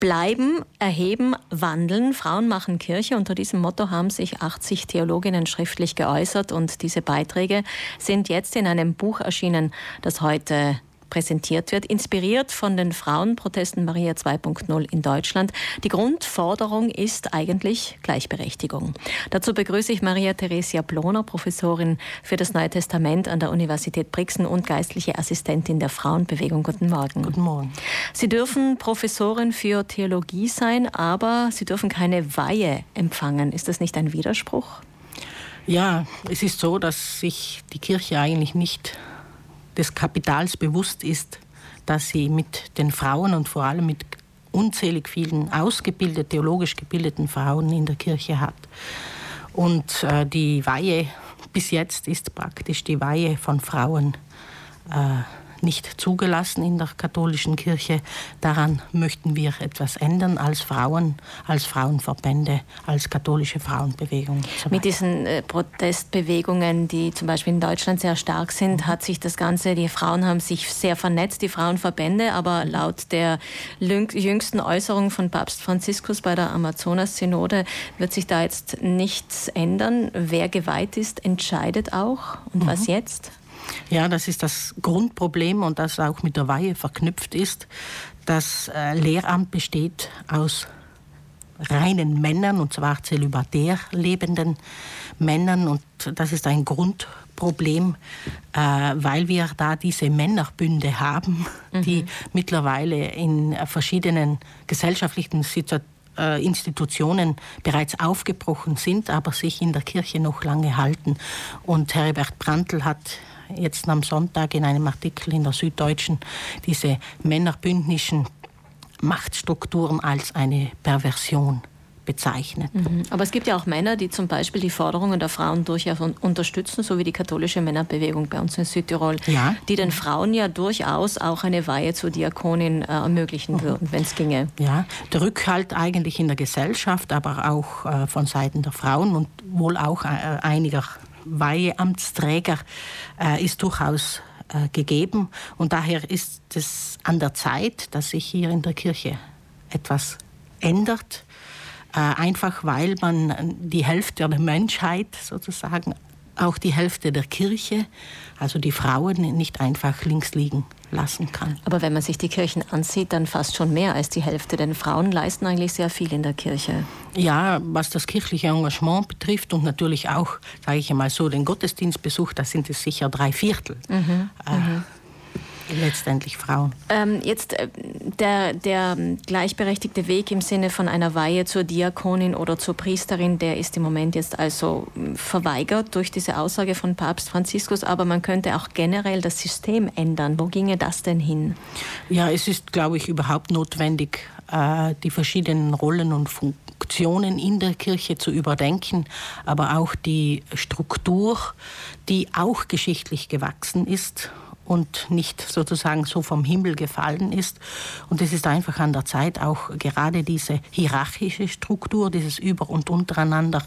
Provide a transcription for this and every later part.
Bleiben, erheben, wandeln. Frauen machen Kirche. Unter diesem Motto haben sich 80 Theologinnen schriftlich geäußert. Und diese Beiträge sind jetzt in einem Buch erschienen, das heute präsentiert wird, inspiriert von den Frauenprotesten Maria 2.0 in Deutschland. Die Grundforderung ist eigentlich Gleichberechtigung. Dazu begrüße ich Maria Theresia Ploner, Professorin für das Neue Testament an der Universität Brixen und geistliche Assistentin der Frauenbewegung. Guten Morgen. Guten Morgen. Sie dürfen Professorin für Theologie sein, aber Sie dürfen keine Weihe empfangen. Ist das nicht ein Widerspruch? Ja, es ist so, dass sich die Kirche eigentlich nicht des Kapitals bewusst ist, dass sie mit den Frauen und vor allem mit unzählig vielen theologisch gebildeten Frauen in der Kirche hat. Und die Weihe bis jetzt ist praktisch die Weihe von Frauen nicht zugelassen in der katholischen Kirche. Daran möchten wir etwas ändern als Frauen, als Frauenverbände, als katholische Frauenbewegung. So mit diesen Protestbewegungen, die zum Beispiel in Deutschland sehr stark sind, hat sich das Ganze, die Frauen haben sich sehr vernetzt, die Frauenverbände, aber laut der jüngsten Äußerung von Papst Franziskus bei der Amazonas-Synode wird sich da jetzt nichts ändern. Wer geweiht ist, entscheidet auch. Und was jetzt? Ja, das ist das Grundproblem und das auch mit der Weihe verknüpft ist. Das Lehramt besteht aus reinen Männern, und zwar zölibatär lebenden Männern. Und das ist ein Grundproblem, weil wir da diese Männerbünde haben, die mittlerweile in verschiedenen gesellschaftlichen Institutionen bereits aufgebrochen sind, aber sich in der Kirche noch lange halten. Und Heribert Prantl hat jetzt am Sonntag in einem Artikel in der Süddeutschen diese männerbündnischen Machtstrukturen als eine Perversion bezeichnet. Aber es gibt ja auch Männer, die zum Beispiel die Forderungen der Frauen durchaus unterstützen, so wie die katholische Männerbewegung bei uns in Südtirol, ja, die den Frauen ja durchaus auch eine Weihe zur Diakonin ermöglichen würden, wenn es ginge. Ja, der Rückhalt eigentlich in der Gesellschaft, aber auch von Seiten der Frauen und wohl auch einiger Weiheamtsträger ist durchaus gegeben. Und daher ist es an der Zeit, dass sich hier in der Kirche etwas ändert. Einfach weil man die Hälfte der Menschheit sozusagen, auch die Hälfte der Kirche, also die Frauen, nicht einfach links liegen lassen kann. Aber wenn man sich die Kirchen ansieht, dann fast schon mehr als die Hälfte, denn Frauen leisten eigentlich sehr viel in der Kirche. Ja, was das kirchliche Engagement betrifft und natürlich auch, sage ich einmal so, den Gottesdienstbesuch, da sind es sicher 3/4. Letztendlich Frauen. Jetzt der gleichberechtigte Weg im Sinne von einer Weihe zur Diakonin oder zur Priesterin, der ist im Moment jetzt also verweigert durch diese Aussage von Papst Franziskus, aber man könnte auch generell das System ändern. Wo ginge das denn hin? Ja, es ist, glaube ich, überhaupt notwendig, die verschiedenen Rollen und Funktionen in der Kirche zu überdenken, aber auch die Struktur, die auch geschichtlich gewachsen ist und nicht sozusagen so vom Himmel gefallen ist. Und es ist einfach an der Zeit, auch gerade diese hierarchische Struktur, dieses Über- und Untereinander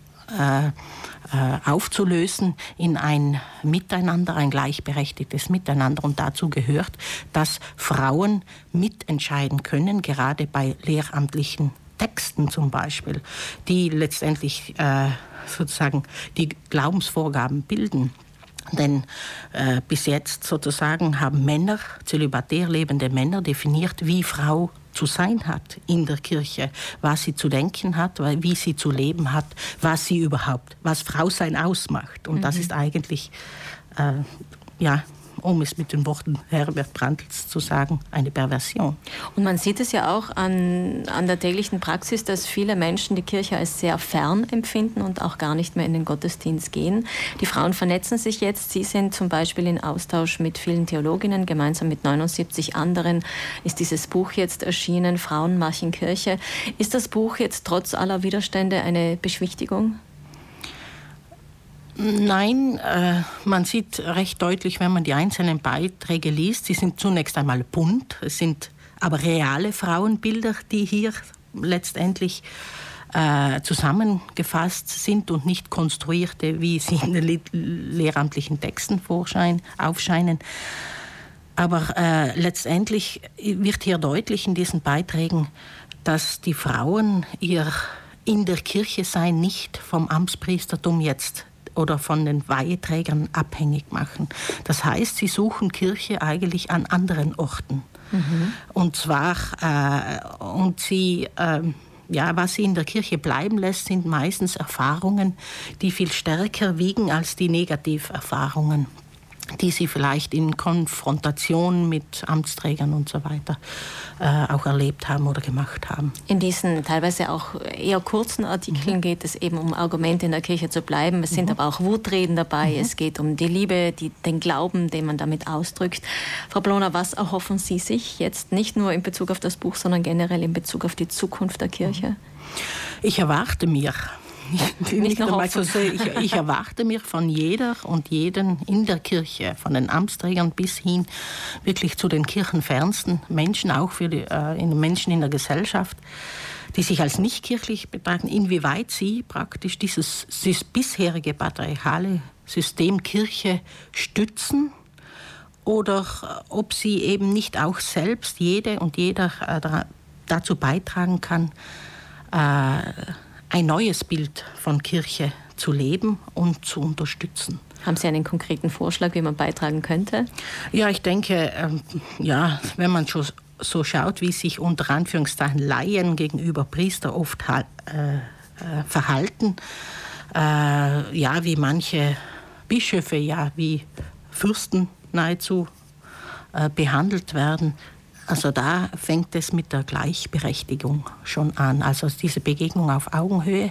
aufzulösen in ein Miteinander, ein gleichberechtigtes Miteinander. Und dazu gehört, dass Frauen mitentscheiden können, gerade bei lehramtlichen Texten zum Beispiel, die letztendlich sozusagen die Glaubensvorgaben bilden. Denn bis jetzt sozusagen haben Männer, zölibatär lebende Männer, definiert, wie Frau zu sein hat in der Kirche, was sie zu denken hat, wie sie zu leben hat, was Frausein ausmacht. Und das ist eigentlich, um es mit den Worten Herbert Prantls zu sagen, eine Perversion. Und man sieht es ja auch an der täglichen Praxis, dass viele Menschen die Kirche als sehr fern empfinden und auch gar nicht mehr in den Gottesdienst gehen. Die Frauen vernetzen sich jetzt. Sie sind zum Beispiel in Austausch mit vielen Theologinnen. Gemeinsam mit 79 anderen ist dieses Buch jetzt erschienen, Frauen machen Kirche. Ist das Buch jetzt trotz aller Widerstände eine Beschwichtigung? Nein, man sieht recht deutlich, wenn man die einzelnen Beiträge liest, sie sind zunächst einmal bunt, es sind aber reale Frauenbilder, die hier letztendlich zusammengefasst sind und nicht konstruierte, wie sie in den lehramtlichen Texten aufscheinen. Aber letztendlich wird hier deutlich in diesen Beiträgen, dass die Frauen ihr in der Kirche sein nicht vom Amtspriestertum jetzt oder von den Weiheträgern abhängig machen. Das heißt, sie suchen Kirche eigentlich an anderen Orten. Und zwar, was sie in der Kirche bleiben lässt, sind meistens Erfahrungen, die viel stärker wiegen als die Negativerfahrungen, die sie vielleicht in Konfrontation mit Amtsträgern und so weiter auch erlebt haben oder gemacht haben. In diesen teilweise auch eher kurzen Artikeln geht es eben um Argumente in der Kirche zu bleiben. Es sind aber auch Wutreden dabei. Es geht um die Liebe, den Glauben, den man damit ausdrückt. Frau Blona, was erhoffen Sie sich jetzt nicht nur in Bezug auf das Buch, sondern generell in Bezug auf die Zukunft der Kirche? Ich erwarte mir, ich erwarte mir von jeder und jeden in der Kirche, von den Amtsträgern bis hin wirklich zu den kirchenfernsten Menschen, auch für die Menschen in der Gesellschaft, die sich als nicht kirchlich betrachten, inwieweit sie praktisch dieses bisherige patriarchale System Kirche stützen oder ob sie eben nicht auch selbst, jede und jeder dazu beitragen kann, ein neues Bild von Kirche zu leben und zu unterstützen. Haben Sie einen konkreten Vorschlag, wie man beitragen könnte? Ja, ich denke, wenn man schon so schaut, wie sich unter Anführungszeichen Laien gegenüber Priester oft verhalten, wie manche Bischöfe, wie Fürsten nahezu behandelt werden. Also da fängt es mit der Gleichberechtigung schon an. Also diese Begegnung auf Augenhöhe,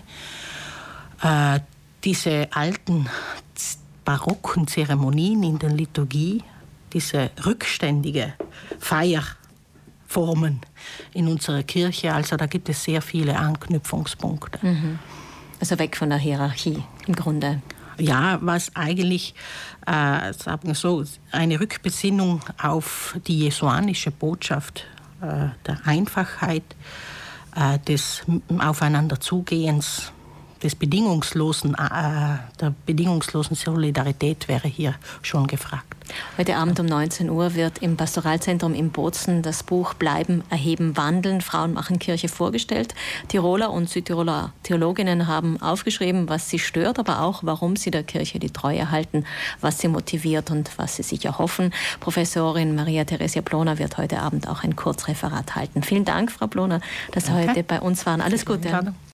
diese alten barocken Zeremonien in der Liturgie, diese rückständige Feierformen in unserer Kirche, also da gibt es sehr viele Anknüpfungspunkte. Also weg von der Hierarchie im Grunde. Ja, was eigentlich, sagen wir so, eine Rückbesinnung auf die jesuanische Botschaft der Einfachheit, des Aufeinanderzugehens, der bedingungslosen Solidarität wäre hier schon gefragt. Heute Abend um 19 Uhr wird im Pastoralzentrum in Bozen das Buch Bleiben, Erheben, Wandeln, Frauen machen Kirche vorgestellt. Tiroler und Südtiroler Theologinnen haben aufgeschrieben, was sie stört, aber auch, warum sie der Kirche die Treue halten, was sie motiviert und was sie sich erhoffen. Professorin Maria Theresia Blona wird heute Abend auch ein Kurzreferat halten. Vielen Dank, Frau Blona, dass Sie heute bei uns waren. Alles Gute.